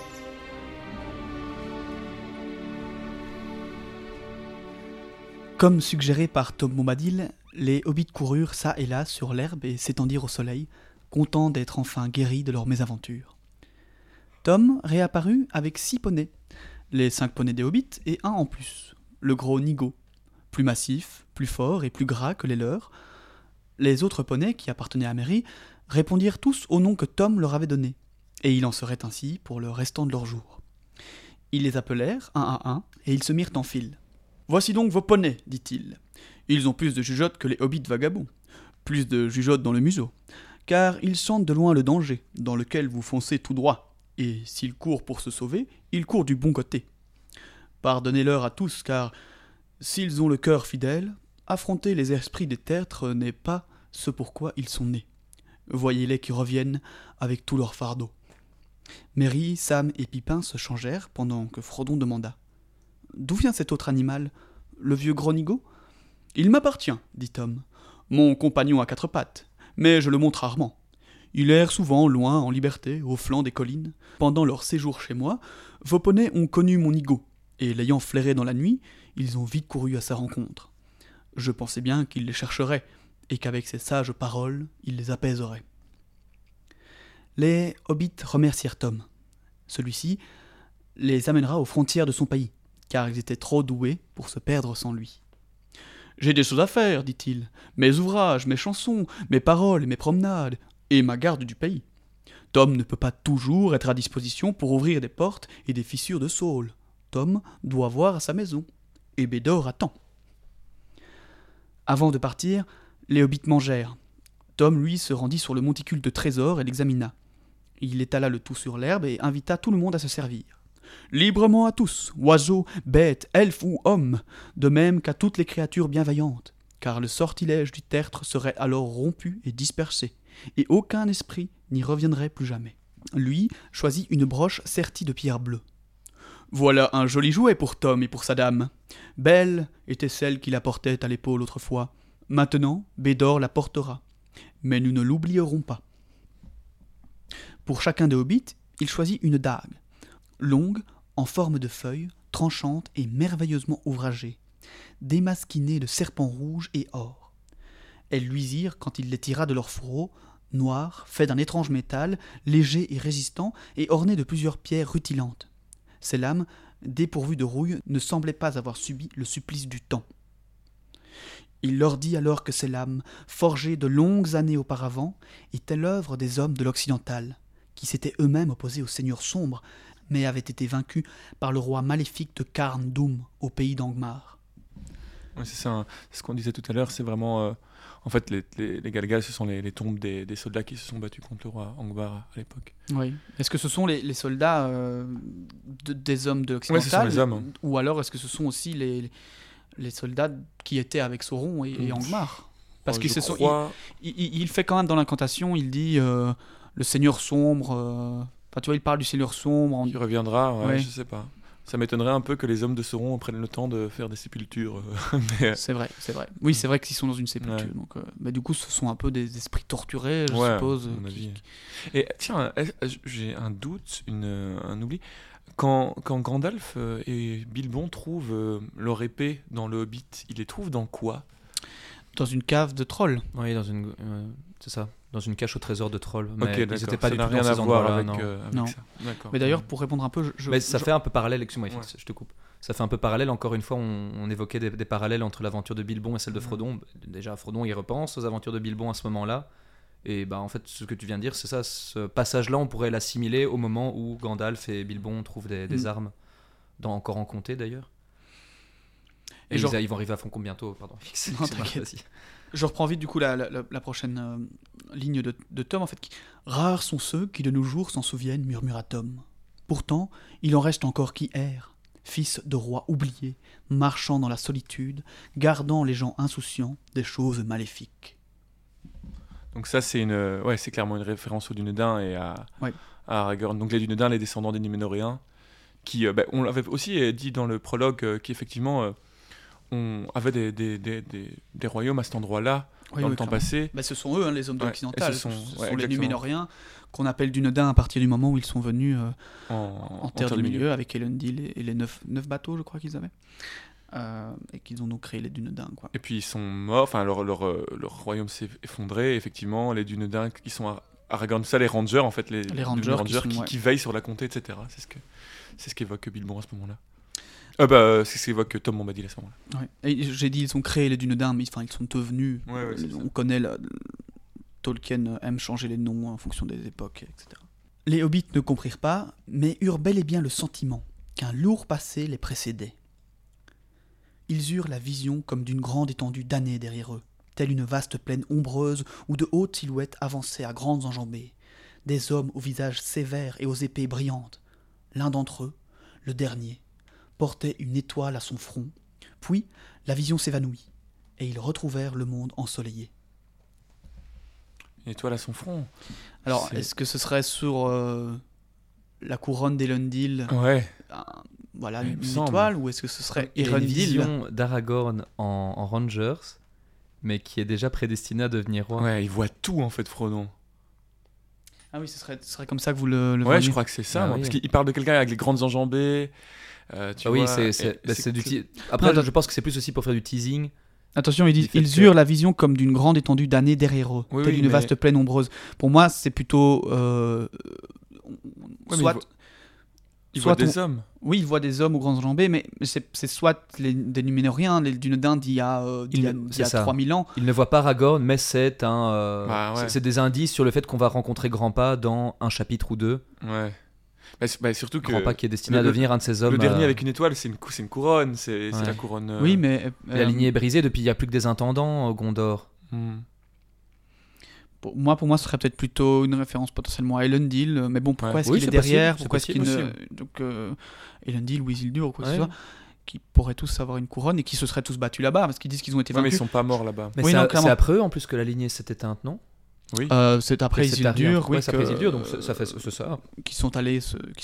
Comme suggéré par Tom Bombadil, les hobbits coururent ça et là sur l'herbe et s'étendirent au soleil, contents d'être enfin guéris de leur mésaventure. Tom réapparut avec 6 poneys, les 5 poneys des hobbits et un en plus, le gros Nigo, plus massif, plus fort et plus gras que les leurs. Les autres poneys, qui appartenaient à Merry, répondirent tous au nom que Tom leur avait donné, et il en serait ainsi pour le restant de leur jour. Ils les appelèrent un à un, et ils se mirent en file. « Voici donc vos poneys, dit-il. Ils ont plus de jugeotes que les hobbits vagabonds, plus de jugeotes dans le museau, car ils sentent de loin le danger, dans lequel vous foncez tout droit, et s'ils courent pour se sauver, ils courent du bon côté. Pardonnez-leur à tous, car s'ils ont le cœur fidèle, affronter les esprits des tertres n'est pas ce pourquoi ils sont nés. Voyez-les qui reviennent avec tout leur fardeau. » Merry, Sam et Pipin se changèrent pendant que Frodon demanda « D'où vient cet autre animal, le vieux Gronigo ?»« Il m'appartient, dit Tom, mon compagnon à 4 pattes, mais je le montre rarement. Il erre souvent loin en liberté, au flanc des collines. Pendant leur séjour chez moi, vos poneys ont connu mon Igo, et l'ayant flairé dans la nuit, ils ont vite couru à sa rencontre. Je pensais bien qu'il les chercherait, et qu'avec ses sages paroles, il les apaiserait. » Les hobbits remercièrent Tom. Celui-ci les amènera aux frontières de son pays, car ils étaient trop doués pour se perdre sans lui. « J'ai des choses à faire, dit-il, mes ouvrages, mes chansons, mes paroles et mes promenades, et ma garde du pays. Tom ne peut pas toujours être à disposition pour ouvrir des portes et des fissures de saules. Tom doit voir à sa maison, et Bédor attend. » Avant de partir, les hobbits mangèrent. Tom, lui, se rendit sur le monticule de trésors et l'examina. Il étala le tout sur l'herbe et invita tout le monde à se servir. Librement à tous, oiseaux, bêtes, elfes ou hommes, de même qu'à toutes les créatures bienveillantes, car le sortilège du tertre serait alors rompu et dispersé, et aucun esprit n'y reviendrait plus jamais. Lui choisit une broche sertie de pierres bleues. Voilà un joli jouet pour Tom et pour sa dame. Belle était celle qui la portait à l'épaule autrefois. Maintenant, Bédor la portera. Mais nous ne l'oublierons pas. Pour chacun des hobbits, il choisit une dague, longue, en forme de feuille, tranchante et merveilleusement ouvragée, démasquinée de serpents rouges et or. Elles luisirent quand il les tira de leur fourreau, noirs, faits d'un étrange métal, léger et résistant, et ornés de plusieurs pierres rutilantes. Ces lames, dépourvues de rouille, ne semblaient pas avoir subi le supplice du temps. Il leur dit alors que ces lames, forgées de longues années auparavant, étaient l'œuvre des hommes de l'Occidental, qui s'étaient eux-mêmes opposés au Seigneur sombre, mais avaient été vaincus par le roi maléfique de Carn Dûm, au pays d'Angmar. Oui, c'est ça, hein. C'est ce qu'on disait tout à l'heure, c'est vraiment... en fait, les Galgal, ce sont les tombes des soldats qui se sont battus contre le roi Angmar à l'époque. Oui. Est-ce que ce sont les soldats des hommes de l'Occidental, ce sont les hommes. Ou alors est-ce que ce sont aussi les soldats qui étaient avec Sauron et Angmar? Parce qu'il fait quand même dans l'incantation, il dit le Seigneur sombre. Enfin, tu vois, il parle du Seigneur sombre. Il reviendra, ouais. Je sais pas. Ça m'étonnerait un peu que les hommes de Sauron prennent le temps de faire des sépultures. Mais... C'est vrai. Oui, c'est vrai qu'ils sont dans une sépulture. Ouais. Donc, mais du coup, ce sont un peu des esprits torturés, je suppose. À mon avis. Et tiens, j'ai un doute, un oubli. Quand Gandalf et Bilbon trouvent leur épée dans le Hobbit, ils les trouvent dans quoi ? Dans une cave de trolls. Oui, c'est ça. Dans une cache au trésor de trolls. Mais ils n'étaient pas du tout rien dans à ces voir endroits-là. avec non. ça. D'accord. Mais d'ailleurs, pour répondre un peu... Mais ça fait un peu parallèle, excuse-moi, je te coupe. Ça fait un peu parallèle, encore une fois, on évoquait des parallèles entre l'aventure de Bilbon et celle de Frodon. Déjà, Frodon, il repense aux aventures de Bilbon à ce moment-là. Et en fait, ce que tu viens de dire, c'est ça. Ce passage-là, on pourrait l'assimiler au moment où Gandalf et Bilbon trouvent des armes, encore en comté d'ailleurs. Et ils vont arriver à Foncombe bientôt, pardon. Non, t'inquiète. Je reprends vite du coup la prochaine ligne de Tom en fait. Rares sont ceux qui de nos jours s'en souviennent, murmura Tom. Pourtant, il en reste encore qui errent, fils de rois oubliés, marchant dans la solitude, gardant les gens insouciants des choses maléfiques. Donc ça c'est c'est clairement une référence aux Dunédains et à Aragorn. Donc les Dunédains, les descendants des Núménoréens, qui on l'avait aussi dit dans le prologue qui effectivement on avait des royaumes à cet endroit-là dans le temps passé. Ce sont eux, les hommes de l'Occidental. Ce sont les Núménoréens qu'on appelle Dunédains à partir du moment où ils sont venus en Terre du Milieu avec Elendil et les 9 bateaux, je crois qu'ils avaient. Et qu'ils ont donc créé les Dunédains, quoi. Et puis ils sont morts, leur royaume s'est effondré, effectivement, les Dunédains qui sont à Aragorn, ça, les Rangers en fait, les rangers qui veillent sur la comté, etc. C'est ce qu'évoque Bilbon à ce moment-là. C'est ce qu'évoque Tom Bombadil à ce moment-là. Ouais. Et j'ai dit ils ont créé les Dunédains, mais ils sont devenus. On connaît Tolkien aime changer les noms en fonction des époques, etc. Les hobbits ne comprirent pas, mais eurent bel et bien le sentiment qu'un lourd passé les précédait. Ils eurent la vision comme d'une grande étendue d'années derrière eux, telle une vaste plaine ombreuse où de hautes silhouettes avançaient à grandes enjambées, des hommes au visage sévère et aux épées brillantes. L'un d'entre eux, le dernier, portait une étoile à son front, puis la vision s'évanouit, et ils retrouvèrent le monde ensoleillé. Une étoile à son front. Alors, est-ce que ce serait sur la couronne d'Elendil, voilà, une étoile, ou est-ce que ce serait Elendil? Une vision d'Aragorn en Rangers, mais qui est déjà prédestiné à devenir roi. Ouais, il voit tout en fait, Frodon. Ah oui, ce serait comme ça que vous le voyez. Je crois que c'est ça, parce qu'il parle de quelqu'un avec les grandes enjambées. Oui, c'est du Après, je pense que c'est plus aussi pour faire du teasing. Attention, ils eurent la vision comme d'une grande étendue d'années derrière eux, telle une vaste plaine ombreuse. Pour moi, c'est plutôt... Il voit des hommes. Oui, il voit des hommes aux grandes enjambées, mais c'est soit des Núménoriens, les Dunedain d'il y a 3000 ans. Il ne voit pas Aragorn, mais c'est c'est des indices sur le fait qu'on va rencontrer Grandpa dans un chapitre ou deux. Ouais. Surtout que Grandpa qui est destiné à devenir un de ces hommes. Le dernier avec une étoile, c'est une couronne, c'est la couronne. Oui, mais la lignée est brisée depuis il n'y a plus que des intendants Gondor. Pour moi, ce serait peut-être plutôt une référence potentiellement à Elendil, mais bon, pourquoi est-ce qu'il est derrière, pourquoi est-ce qu'il donc Elendil ou Isildur ou quoi que ce soit, qui pourraient tous avoir une couronne et qui se seraient tous battus là-bas, parce qu'ils disent qu'ils ont été vaincus. Mais ils sont pas morts là-bas. Mais c'est après eux en plus que la lignée s'est éteinte, non? Oui. C'est après Isildur, c'est après Isildur, donc ça fait ça. Qui sont allés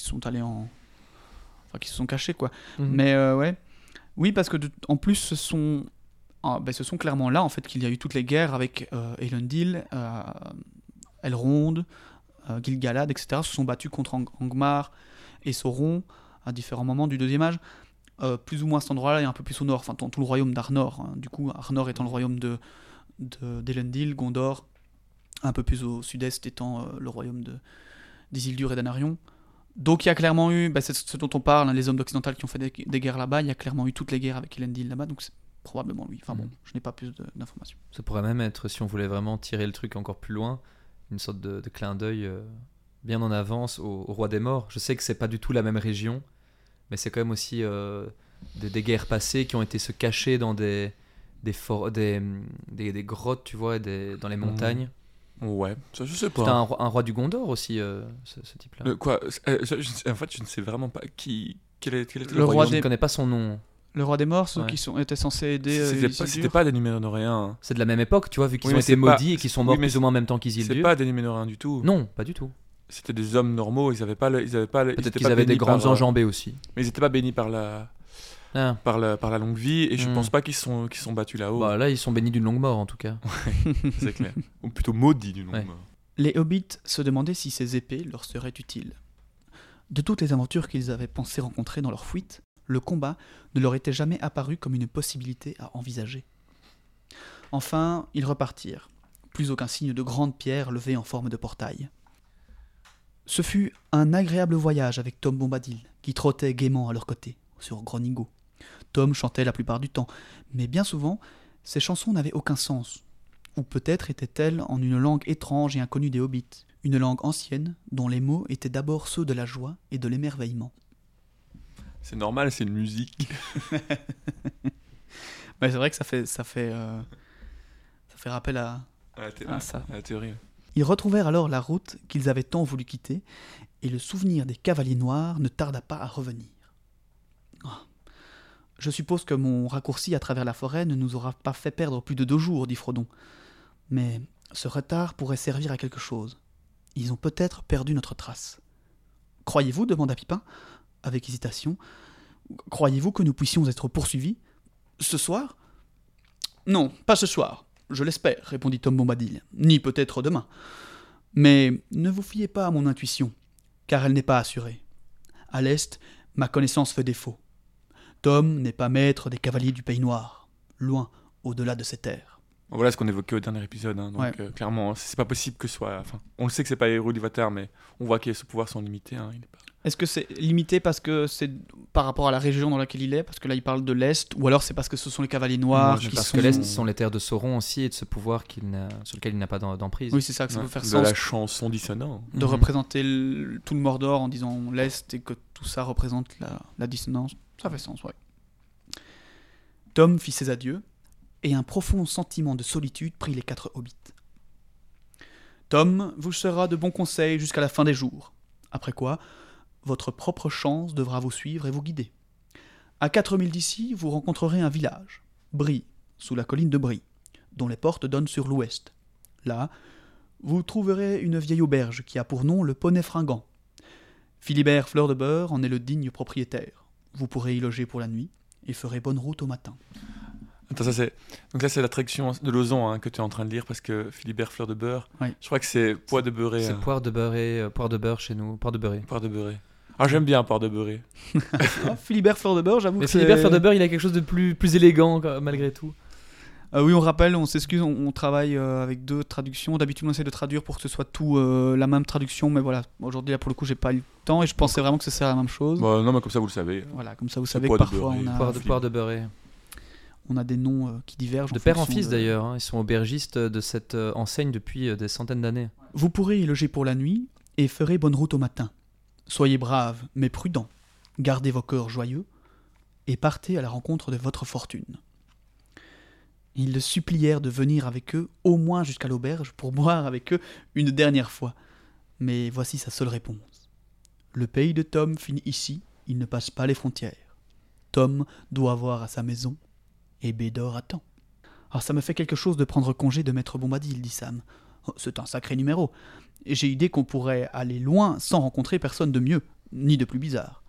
qui se sont cachés, quoi. Mais oui, parce que en plus ce sont clairement là en fait qu'il y a eu toutes les guerres avec Elendil, Elrond, Gil-galad, etc. se sont battus contre Angmar et Sauron à différents moments du deuxième âge, plus ou moins à cet endroit-là et un peu plus au nord, enfin tout le royaume d'Arnor, hein. Du coup Arnor étant le royaume d'Elendil, Gondor un peu plus au sud-est étant le royaume d'Isildur et d'Anarion. Donc il y a clairement eu, c'est ce dont on parle, hein, les hommes d'Occidental qui ont fait des guerres là-bas, il y a clairement eu toutes les guerres avec Elendil là-bas, donc c'est probablement lui. Enfin bon, je n'ai pas plus d'informations. Ça pourrait même être, si on voulait vraiment tirer le truc encore plus loin, une sorte de clin d'œil bien en avance au Roi des Morts. Je sais que c'est pas du tout la même région, mais c'est quand même aussi des guerres passées qui ont été se cacher dans des grottes, tu vois, dans les montagnes. Ouais, ça je sais pas. C'était un roi du Gondor aussi, ce type-là. Quoi en fait, je ne sais vraiment pas quel était le roi. Je ne connais pas son nom. Le Roi des Morts, ceux qui étaient censés aider. C'était pas des Núménoriens. Hein. C'est de la même époque, tu vois, vu qu'ils ont été maudits et qu'ils sont morts plus ou moins en même temps qu'Isildur. C'est pas des Núménoriens du tout. Non, pas du tout. C'était des hommes normaux, ils avaient pas. Peut-être qu'ils avaient des grandes enjambées aussi. Mais ils n'étaient pas bénis par la longue vie, et je pense pas qu'ils sont battus là-haut. Bah là, ils sont bénis d'une longue mort en tout cas. Ouais, c'est clair. Ou plutôt maudits d'une longue mort. Les hobbits se demandaient si ces épées leur seraient utiles. De toutes les aventures qu'ils avaient pensé rencontrer dans leur fuite, le combat ne leur était jamais apparu comme une possibilité à envisager. Enfin, ils repartirent, plus aucun signe de grande pierre levée en forme de portail. Ce fut un agréable voyage avec Tom Bombadil, qui trottait gaiement à leur côté, sur Gronigo. Tom chantait la plupart du temps, mais bien souvent, ses chansons n'avaient aucun sens. Ou peut-être étaient-elles en une langue étrange et inconnue des hobbits, une langue ancienne, dont les mots étaient d'abord ceux de la joie et de l'émerveillement. C'est normal, c'est une musique. C'est vrai que ça fait rappel à ça. À la théorie. Ils retrouvèrent alors la route qu'ils avaient tant voulu quitter, et le souvenir des cavaliers noirs ne tarda pas à revenir. Je suppose que mon raccourci à travers la forêt ne nous aura pas fait perdre plus de 2 jours, dit Frodon. Mais ce retard pourrait servir à quelque chose. Ils ont peut-être perdu notre trace. Croyez-vous, demanda Pipin, avec hésitation, croyez-vous que nous puissions être poursuivis ce soir ? Non, pas ce soir, je l'espère, répondit Tom Bombadil, ni peut-être demain. Mais ne vous fiez pas à mon intuition, car elle n'est pas assurée. À l'est, ma connaissance fait défaut. Tom n'est pas maître des cavaliers du Pays Noir, loin, au-delà de ces terres. Voilà ce qu'on évoquait au dernier épisode, hein, donc clairement, c'est pas possible que ce soit... Enfin, on le sait que c'est pas Eru Ilúvatar, mais on voit que ses pouvoirs sont limités. Hein, il est pas... Est-ce que c'est limité parce que c'est par rapport à la région dans laquelle il est, parce que là il parle de l'Est, ou alors c'est parce que ce sont les cavaliers noirs parce que l'Est, ce sont les terres de Sauron aussi, et de ce pouvoir sur lequel il n'a pas d'emprise. Oui, c'est ça que ça peut faire de sens. De la chanson dissonante. De représenter tout le Mordor en disant l'Est, et que tout ça représente la dissonance. Ça fait sens, ouais. Tom fit ses adieux, et un profond sentiment de solitude prit les 4 hobbits. Tom vous sera de bons conseils jusqu'à la fin des jours, après quoi votre propre chance devra vous suivre et vous guider. À 4000 d'ici, vous rencontrerez un village, Bree, sous la colline de Bree, dont les portes donnent sur l'ouest. Là, vous trouverez une vieille auberge qui a pour nom le Poney Fringant. Philibert Fleur de Beurre en est le digne propriétaire. Vous pourrez y loger pour la nuit et ferez bonne route au matin. Attends, donc là c'est l'attraction de Lauson que tu es en train de lire parce que Philibert Fleur de Beurre, je crois que c'est pois de beurré. C'est poire de beurre chez nous, poire de beurré. Poire de beurré. Ah, j'aime bien poire de beurré. Philibert Fleur de Beurre, j'avoue. Mais Philibert Fleur de Beurre, il a quelque chose de plus élégant malgré tout. Oui, on rappelle, on s'excuse, on travaille avec 2 traductions. D'habitude, on essaie de traduire pour que ce soit tout la même traduction, mais voilà, aujourd'hui, là, pour le coup, j'ai pas eu le temps et je pensais vraiment que ce serait la même chose. Bah, non, mais comme ça, vous le savez. Voilà, comme ça, vous savez que parfois, on a... Poire de beurré. On a des noms qui divergent. De père en fils, d'ailleurs. Ils sont aubergistes de cette enseigne depuis des centaines d'années. Vous pourrez y loger pour la nuit et ferez bonne route au matin. Soyez braves, mais prudents. Gardez vos cœurs joyeux et partez à la rencontre de votre fortune. Ils le supplièrent de venir avec eux, au moins jusqu'à l'auberge, pour boire avec eux une dernière fois. Mais voici sa seule réponse. Le pays de Tom finit ici, il ne passe pas les frontières. Tom doit avoir à sa maison, et Bédor attend. Alors ça me fait quelque chose de prendre congé de Maître Bombadil, dit Sam. Oh, c'est un sacré numéro. Et j'ai idée qu'on pourrait aller loin sans rencontrer personne de mieux, ni de plus bizarre.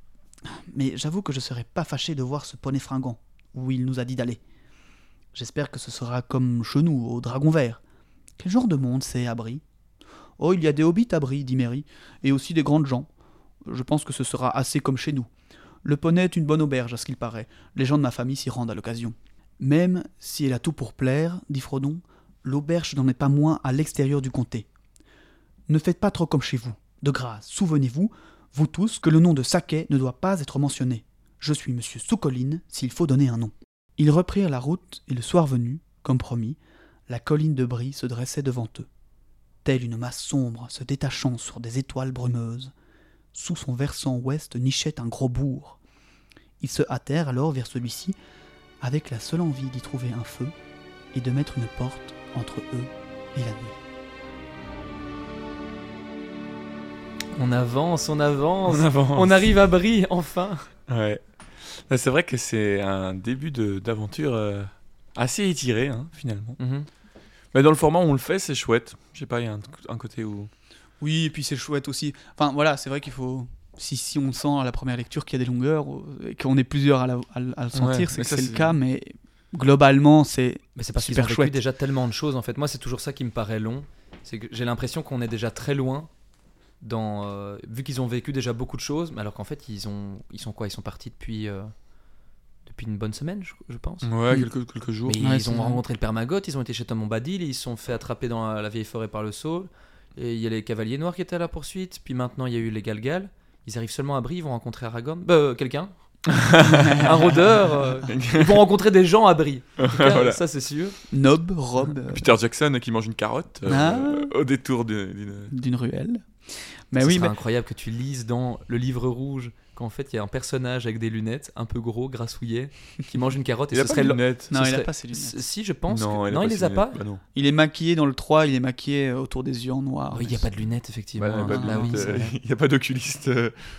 Mais j'avoue que je serais pas fâché de voir ce poney fringant, où il nous a dit d'aller. J'espère que ce sera comme chez nous, au Dragon Vert. Quel genre de monde c'est à Brie ? Oh, il y a des hobbits à Brie, dit Merry, et aussi des grandes gens. Je pense que ce sera assez comme chez nous. Le poney est une bonne auberge, à ce qu'il paraît. Les gens de ma famille s'y rendent à l'occasion. Même si elle a tout pour plaire, dit Frodon, l'auberge n'en est pas moins à l'extérieur du comté. Ne faites pas trop comme chez vous. De grâce, souvenez-vous, vous tous, que le nom de Saquet ne doit pas être mentionné. Je suis monsieur Sous-Colline, s'il faut donner un nom. Ils reprirent la route, et le soir venu, comme promis, la colline de Brie se dressait devant eux. Telle une masse sombre se détachant sur des étoiles brumeuses, sous son versant ouest nichait un gros bourg. Ils se hâtèrent alors vers celui-ci, avec la seule envie d'y trouver un feu et de mettre une porte entre eux et la nuit. On avance. On arrive à Brie, enfin. Ouais. C'est vrai que c'est un début d'aventure assez étiré, finalement. Mm-hmm. Mais dans le format où on le fait, c'est chouette. Je sais pas, il y a un côté où... Oui, et puis c'est chouette aussi. Enfin, voilà, c'est vrai qu'il faut... Si on sent à la première lecture qu'il y a des longueurs, et qu'on est plusieurs à le sentir, c'est le cas, mais globalement, c'est parce qu'ils ont vécu déjà tellement de choses, en fait. Moi, c'est toujours ça qui me paraît long. C'est que j'ai l'impression qu'on est déjà très loin, vu qu'ils ont vécu déjà beaucoup de choses, alors qu'en fait, ils sont quoi ? Ils sont partis depuis une bonne semaine, je pense. Ouais, quelques jours. Mais ils ont rencontré le père Maggotte, ils ont été chez Tom Bombadil, ils se sont fait attraper dans la vieille forêt par le saule, et il y a les cavaliers noirs qui étaient à la poursuite, puis maintenant il y a eu les Galgal. Ils arrivent seulement à Brie, ils vont rencontrer Aragorn. Quelqu'un. Un rôdeur. Ils vont rencontrer des gens à Brie. En tout cas, voilà. Ça, c'est sûr. Nob, Rob. Peter Jackson qui mange une carotte au détour d'une ruelle. Mais ce serait incroyable que tu lises dans le livre rouge qu'en fait, il y a un personnage avec des lunettes, un peu gros, grassouillet, qui mange une carotte. Il a pas de lunettes. Non, il a pas ses lunettes. Si, je pense. Non, il les a pas. Bah non. Il est maquillé dans le 3, il est maquillé autour des yeux en noir. Oui, il n'y a pas de lunettes, effectivement. Il n'y a pas d'oculiste. D'oculiste ?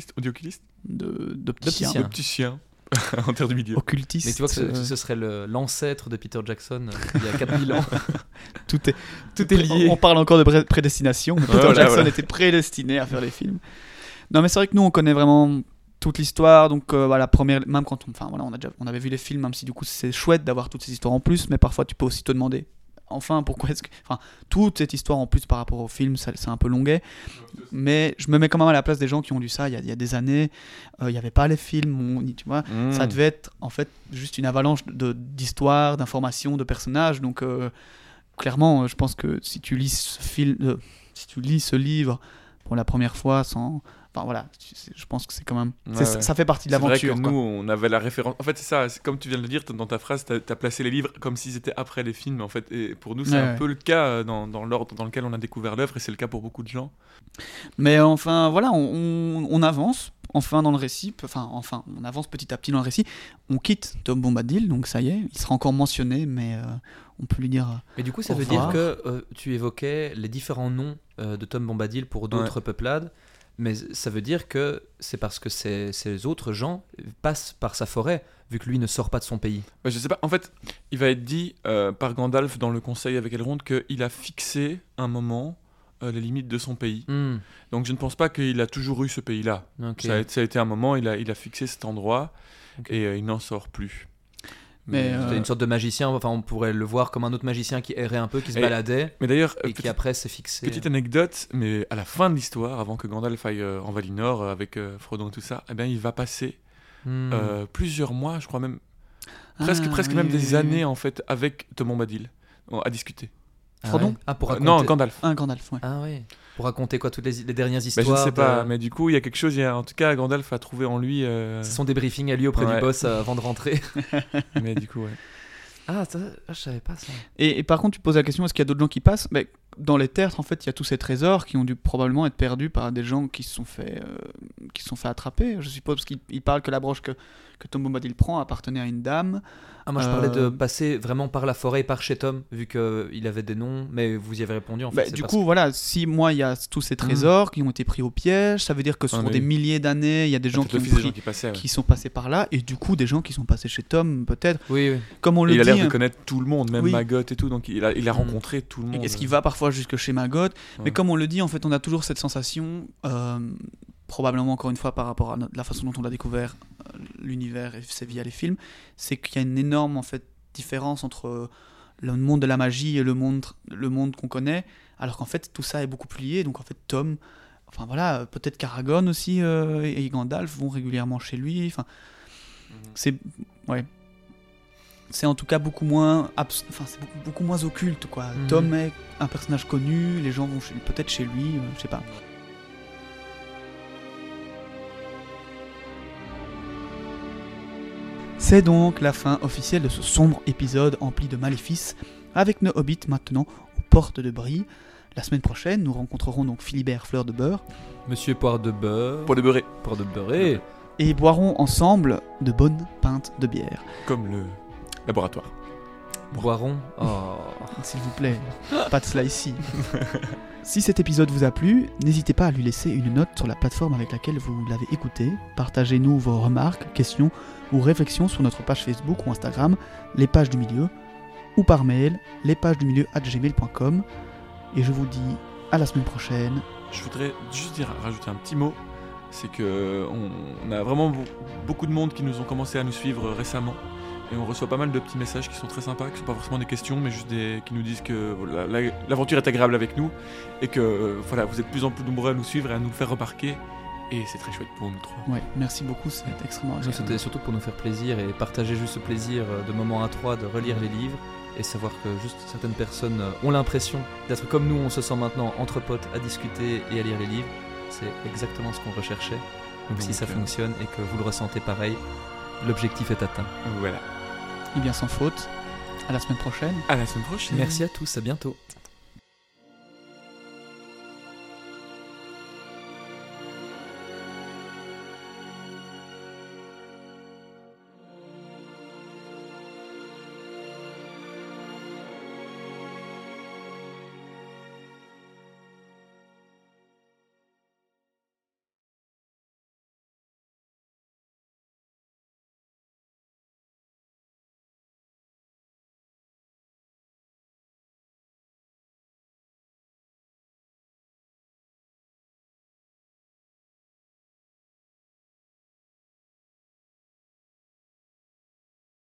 On dit oculiste ? D'opticien. En terre du milieu. Occultiste. Mais tu vois que ce serait l'ancêtre de Peter Jackson il y a 4000 ans. Tout est lié. On parle encore de prédestination. Peter Jackson était prédestiné à faire les films. Non, mais c'est vrai que nous, on connaît vraiment toute l'histoire. Donc, la première, même quand on avait vu les films, même si du coup, c'est chouette d'avoir toutes ces histoires en plus. Mais parfois, tu peux aussi te demander, pourquoi est-ce que. Toute cette histoire en plus par rapport au film, c'est un peu longuet. Mais je me mets quand même à la place des gens qui ont lu ça il y a des années. Il n'y avait pas les films, tu vois. Ça devait être en fait juste une avalanche d'histoires, d'informations, de personnages. Donc, clairement, je pense que si tu lis ce livre pour la première fois sans. Je pense que c'est quand même. Ça fait partie de l'aventure. C'est vrai que nous, on avait la référence. En fait, c'est ça. C'est comme tu viens de le dire dans ta phrase, t'as placé les livres comme s'ils étaient après les films. En fait, et pour nous, c'est un peu le cas dans l'ordre dans lequel on a découvert l'œuvre, et c'est le cas pour beaucoup de gens. Mais on avance. Dans le récit. On avance petit à petit dans le récit. On quitte Tom Bombadil, donc ça y est, il sera encore mentionné, mais on peut lui dire. Mais du coup, ça veut dire que tu évoquais les différents noms de Tom Bombadil pour d'autres peuplades. Mais ça veut dire que c'est parce que ces autres gens passent par sa forêt, vu que lui ne sort pas de son pays. Je sais pas, en fait, il va être dit par Gandalf dans le conseil avec Elrond qu'il a fixé un moment les limites de son pays. Donc je ne pense pas qu'il a toujours eu ce pays-là. Okay. Ça a été un moment, il a fixé cet endroit et il n'en sort plus. Mais c'était une sorte de magicien, enfin on pourrait le voir comme un autre magicien qui errait un peu, qui se baladait, mais d'ailleurs, et qui après s'est fixé. Petite anecdote, mais à la fin de l'histoire, avant que Gandalf aille en Valinor avec Frodon et tout ça, eh bien, il va passer plusieurs mois, je crois même, presque même des années en fait, avec Tom Bombadil à discuter. Frodon pour raconter... Non, Gandalf. Gandalf, ouais. Ah oui. Pour raconter quoi, toutes les dernières histoires. Je ne sais pas, mais du coup, il y a quelque chose. En tout cas, Gandalf a trouvé en lui. Ce sont des briefings à lui auprès du boss avant de rentrer. Mais du coup, ouais. Ah, je savais pas ça. Et par contre, tu poses la question, est-ce qu'il y a d'autres gens qui passent ? Dans les terres, en fait, il y a tous ces trésors qui ont dû probablement être perdus par des gens qui se sont fait attraper. Je suppose parce qu'il parle que la broche que Tom Bombadil prend appartenait à une dame. Ah, moi je parlais de passer vraiment par la forêt et par chez Tom, vu qu'il avait des noms, mais vous y avez répondu en fait. Du coup, voilà, si moi il y a tous ces trésors qui ont été pris au piège, ça veut dire que sur des milliers d'années, il y a des gens qui sont passés par là, et du coup des gens qui sont passés chez Tom, peut-être. Oui. Comme on le dit. Il a l'air de connaître tout le monde, même Maggot et tout, donc il a rencontré tout le monde. Est-ce qu'il va parfois jusque chez Maggot ? Mais comme on le dit, en fait, on a toujours cette sensation. Probablement encore une fois par rapport à la façon dont on a découvert l'univers et c'est via les films, c'est qu'il y a une énorme en fait différence entre le monde de la magie et le monde qu'on connaît, alors qu'en fait tout ça est beaucoup plus lié. Donc en fait Tom, enfin voilà, peut-être qu'Aragorn aussi et Gandalf vont régulièrement chez lui. Enfin, c'est en tout cas beaucoup moins c'est beaucoup moins occulte quoi. Tom est un personnage connu, les gens vont peut-être chez lui, je sais pas. C'est donc la fin officielle de ce sombre épisode empli de maléfices, avec nos hobbits maintenant aux portes de Brie. La semaine prochaine, nous rencontrerons donc Philibert Fleur de Beurre, Monsieur Poire de Beurre, Poire de Beurré, Poire de Beurré, et boirons ensemble de bonnes pintes de bière. Comme le laboratoire. Boirons. Oh. S'il vous plaît, pas de cela ici. Si cet épisode vous a plu, n'hésitez pas à lui laisser une note sur la plateforme avec laquelle vous l'avez écouté. Partagez-nous vos remarques, questions ou réflexions sur notre page Facebook ou Instagram, les pages du milieu, ou par mail, lespagesdumilieu@gmail.com. Et je vous dis à la semaine prochaine. Je voudrais juste rajouter un petit mot, c'est que on a vraiment beaucoup de monde qui nous ont commencé à nous suivre récemment. Et on reçoit pas mal de petits messages qui sont très sympas, qui sont pas forcément des questions, mais juste qui nous disent que l'aventure est agréable avec nous et que voilà, vous êtes de plus en plus nombreux à nous suivre et à nous le faire remarquer. Et c'est très chouette pour nous trois. Ouais, merci beaucoup, c'est extrêmement agréable. C'était surtout pour nous faire plaisir et partager juste ce plaisir de moment à trois de relire les livres et savoir que juste certaines personnes ont l'impression d'être comme nous, on se sent maintenant entre potes à discuter et à lire les livres. C'est exactement ce qu'on recherchait. Donc si ça fonctionne et que vous le ressentez pareil, l'objectif est atteint. Voilà. Et bien sans faute, à la semaine prochaine. À la semaine prochaine. Merci à tous, à bientôt.